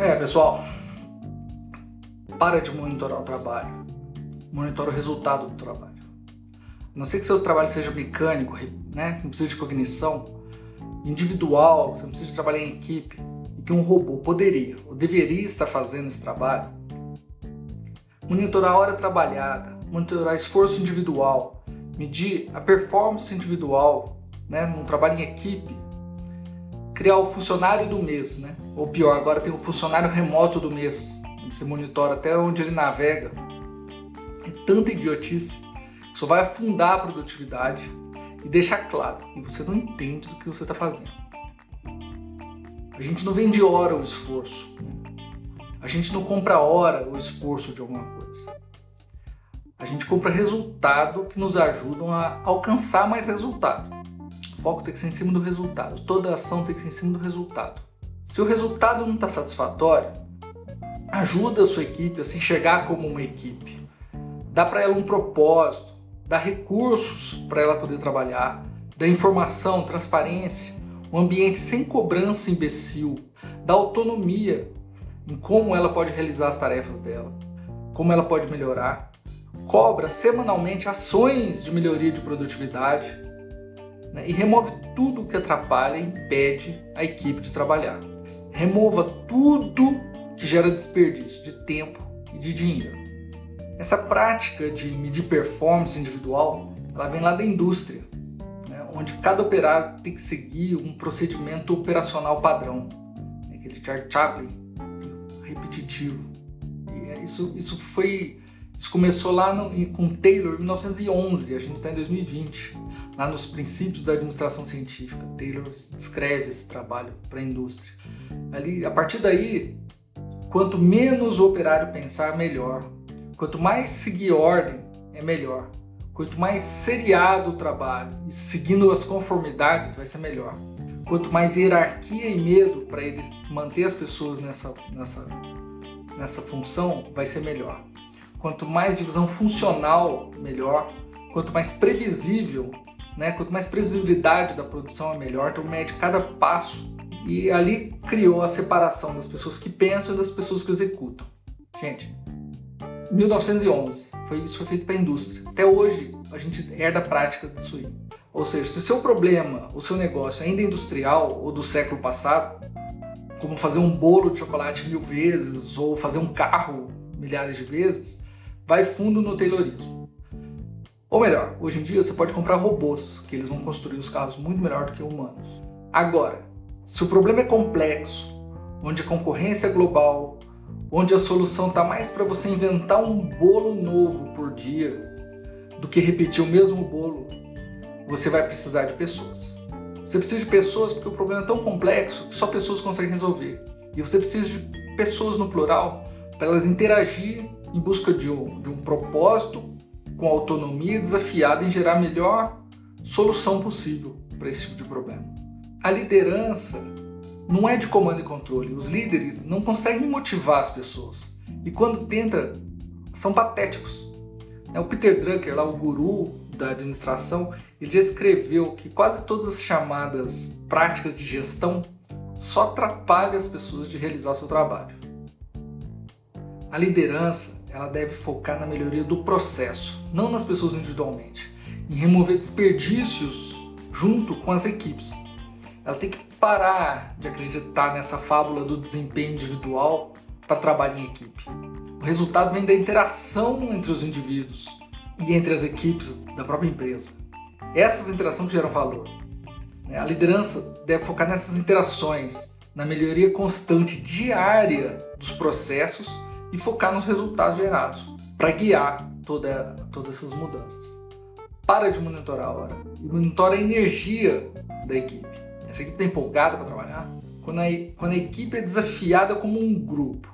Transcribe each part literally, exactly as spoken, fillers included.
É, pessoal, para de monitorar o trabalho, monitora o resultado do trabalho. A não ser que seu trabalho seja mecânico, né, não precisa de cognição, individual, você não precisa de trabalhar em equipe, e que um robô poderia ou deveria estar fazendo esse trabalho, monitorar a hora trabalhada, monitorar esforço individual, medir a performance individual, né, num trabalho em equipe, criar o funcionário do mês, né? Ou pior, agora tem o funcionário remoto do mês, onde você monitora até onde ele navega. É tanta idiotice que só vai afundar a produtividade e deixar claro que você não entende do que você está fazendo. A gente não vende hora o esforço, a gente não compra hora o esforço de alguma coisa. A gente compra resultado que nos ajudam a alcançar mais resultado. O foco tem que ser em cima do resultado, toda ação tem que ser em cima do resultado. Se o resultado não está satisfatório, ajuda a sua equipe a se enxergar como uma equipe. Dá para ela um propósito, dá recursos para ela poder trabalhar, dá informação, transparência, um ambiente sem cobrança imbecil, dá autonomia em como ela pode realizar as tarefas dela, como ela pode melhorar, cobra semanalmente ações de melhoria de produtividade, né, e remove tudo que atrapalha e impede a equipe de trabalhar. Remova tudo que gera desperdício de tempo e de dinheiro. Essa prática de medir performance individual, ela vem lá da indústria, né, onde cada operário tem que seguir um procedimento operacional padrão, né, aquele Charles Chaplin repetitivo. E isso, isso foi, isso começou lá no, com Taylor em mil novecentos e onze, a gente está em dois mil e vinte. Lá nos princípios da administração científica, Taylor descreve esse trabalho para a indústria. Ali, a partir daí, quanto menos o operário pensar, melhor. Quanto mais seguir ordem, é melhor. Quanto mais seriado o trabalho e seguindo as conformidades, vai ser melhor. Quanto mais hierarquia e medo para eles manter as pessoas nessa, nessa, nessa função, vai ser melhor. Quanto mais divisão funcional, melhor. Quanto mais previsível, né? Quanto mais previsibilidade da produção é melhor, então mede cada passo e ali criou a separação das pessoas que pensam e das pessoas que executam. Gente, mil novecentos e onze, foi, isso foi feito para a indústria. Até hoje a gente herda a prática disso aí. Ou seja, se o seu problema, o seu negócio ainda é industrial ou do século passado, como fazer um bolo de chocolate mil vezes ou fazer um carro milhares de vezes, vai fundo no Taylorismo. Ou melhor, hoje em dia você pode comprar robôs, que eles vão construir os carros muito melhor do que humanos. Agora, se o problema é complexo, onde a concorrência é global, onde a solução está mais para você inventar um bolo novo por dia do que repetir o mesmo bolo, você vai precisar de pessoas. Você precisa de pessoas porque o problema é tão complexo que só pessoas conseguem resolver. E você precisa de pessoas no plural para elas interagir em busca de um, de um propósito com autonomia desafiada em gerar a melhor solução possível para esse tipo de problema. A liderança não é de comando e controle. Os líderes não conseguem motivar as pessoas. E quando tenta, são patéticos. O Peter Drucker, lá, o guru da administração, ele já escreveu que quase todas as chamadas práticas de gestão só atrapalham as pessoas de realizar seu trabalho. A liderança, ela deve focar na melhoria do processo, não nas pessoas individualmente, em remover desperdícios junto com as equipes. Ela tem que parar de acreditar nessa fábula do desempenho individual para trabalho em equipe. O resultado vem da interação entre os indivíduos e entre as equipes da própria empresa. Essas interações que geram valor. A liderança deve focar nessas interações, na melhoria constante diária dos processos e focar nos resultados gerados, para guiar toda, todas essas mudanças. Para de monitorar a hora e monitora a energia da equipe. Essa equipe está empolgada para trabalhar? Quando a, quando a equipe é desafiada como um grupo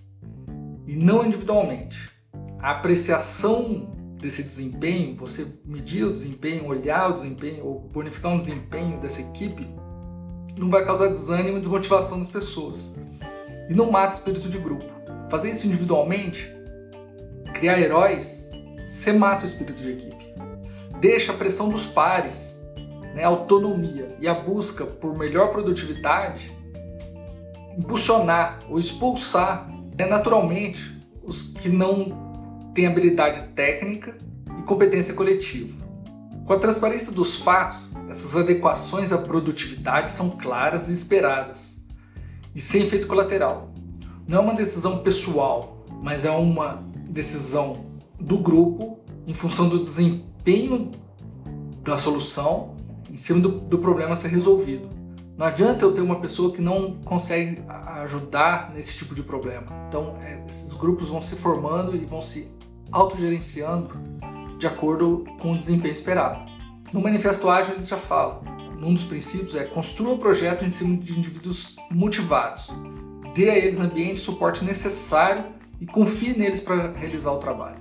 e não individualmente. A apreciação desse desempenho, você medir o desempenho, olhar o desempenho ou bonificar um desempenho dessa equipe, não vai causar desânimo e desmotivação das pessoas. E não mata o espírito de grupo. Fazer isso individualmente, criar heróis, você mata o espírito de equipe. Deixa a pressão dos pares, né, a autonomia e a busca por melhor produtividade impulsionar ou expulsar né, naturalmente os que não têm habilidade técnica e competência coletiva. Com a transparência dos fatos, essas adequações à produtividade são claras e esperadas, e sem efeito colateral. Não é uma decisão pessoal, mas é uma decisão do grupo em função do desempenho da solução em cima do, do problema a ser resolvido. Não adianta eu ter uma pessoa que não consegue ajudar nesse tipo de problema. Então, é, esses grupos vão se formando e vão se autogerenciando de acordo com o desempenho esperado. No Manifesto Ágil eles já falam, um dos princípios é construa projetos em cima de indivíduos motivados, dê a eles ambiente e suporte necessário e confie neles para realizar o trabalho.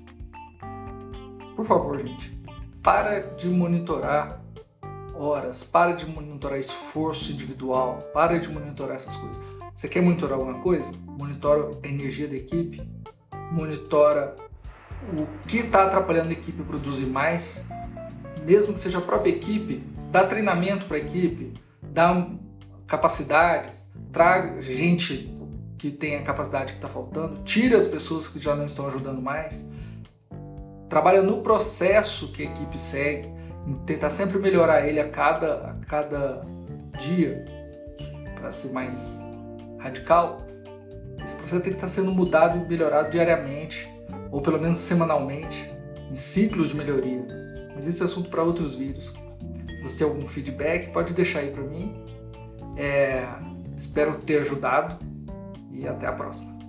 Por favor, gente, para de monitorar horas, para de monitorar esforço individual, para de monitorar essas coisas. Você quer monitorar alguma coisa? Monitora a energia da equipe, monitora o que está atrapalhando a equipe a produzir mais, mesmo que seja a própria equipe, dá treinamento para a equipe, dá capacidades, traga gente que tem a capacidade que está faltando, tira as pessoas que já não estão ajudando mais, trabalha no processo que a equipe segue, tentar sempre melhorar ele a cada, a cada dia, para ser mais radical. Esse processo tem que estar sendo mudado e melhorado diariamente, ou pelo menos semanalmente, em ciclos de melhoria. Mas esse é assunto para outros vídeos. Se você tem algum feedback, pode deixar aí para mim. É, espero ter ajudado e até a próxima.